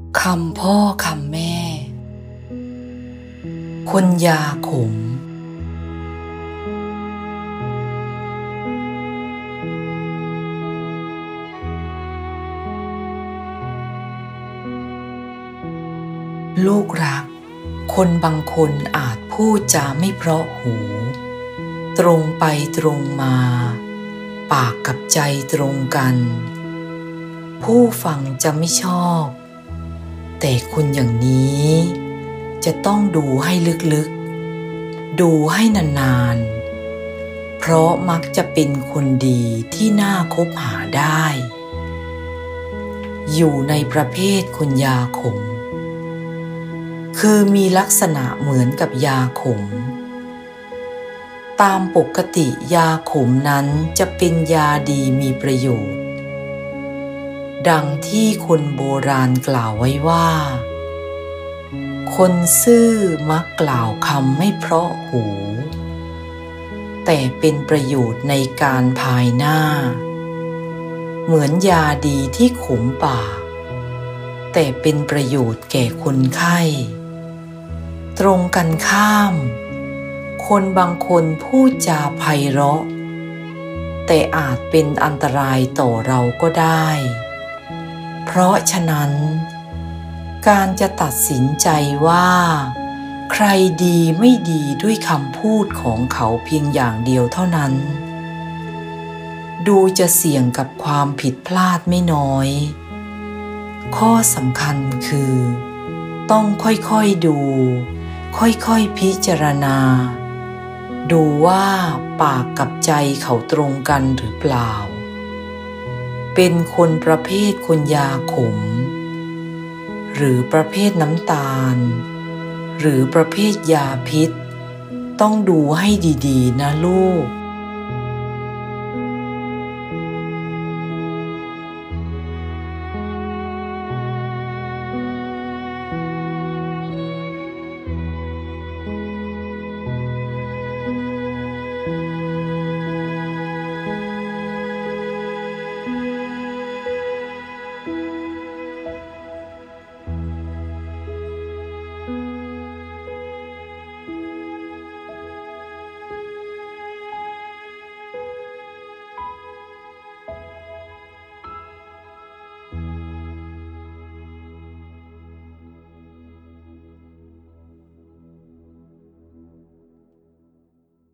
คำพ่อคำแม่คนยาขมลูกรักคนบางคนอาจพูดจาไม่เพราะหูตรงไปตรงมาปากกับใจตรงกันผู้ฟังจะไม่ชอบแต่คนอย่างนี้จะต้องดูให้ลึกๆดูให้นานๆเพราะมักจะเป็นคนดีที่น่าคบหาได้อยู่ในประเภทคนยาขมคือมีลักษณะเหมือนกับยาขมตามปกติยาขมนั้นจะเป็นยาดีมีประโยชน์ดังที่คนโบราณกล่าวไว้ว่าคนซื่อมักกล่าวคำไม่เพราะหูแต่เป็นประโยชน์ในการภายหน้าเหมือนยาดีที่ขมปากแต่เป็นประโยชน์แก่คนไข้ตรงกันข้ามคนบางคนพูดจาไพเราะแต่อาจเป็นอันตรายต่อเราก็ได้เพราะฉะนั้นการจะตัดสินใจว่าใครดีไม่ดีด้วยคำพูดของเขาเพียงอย่างเดียวเท่านั้นดูจะเสี่ยงกับความผิดพลาดไม่น้อยข้อสำคัญคือต้องค่อยๆดูค่อยๆพิจารณาดูว่าปากกับใจเขาตรงกันหรือเปล่าเป็นคนประเภทคนยาขมหรือประเภทน้ำตาลหรือประเภทยาพิษต้องดูให้ดีๆนะลูก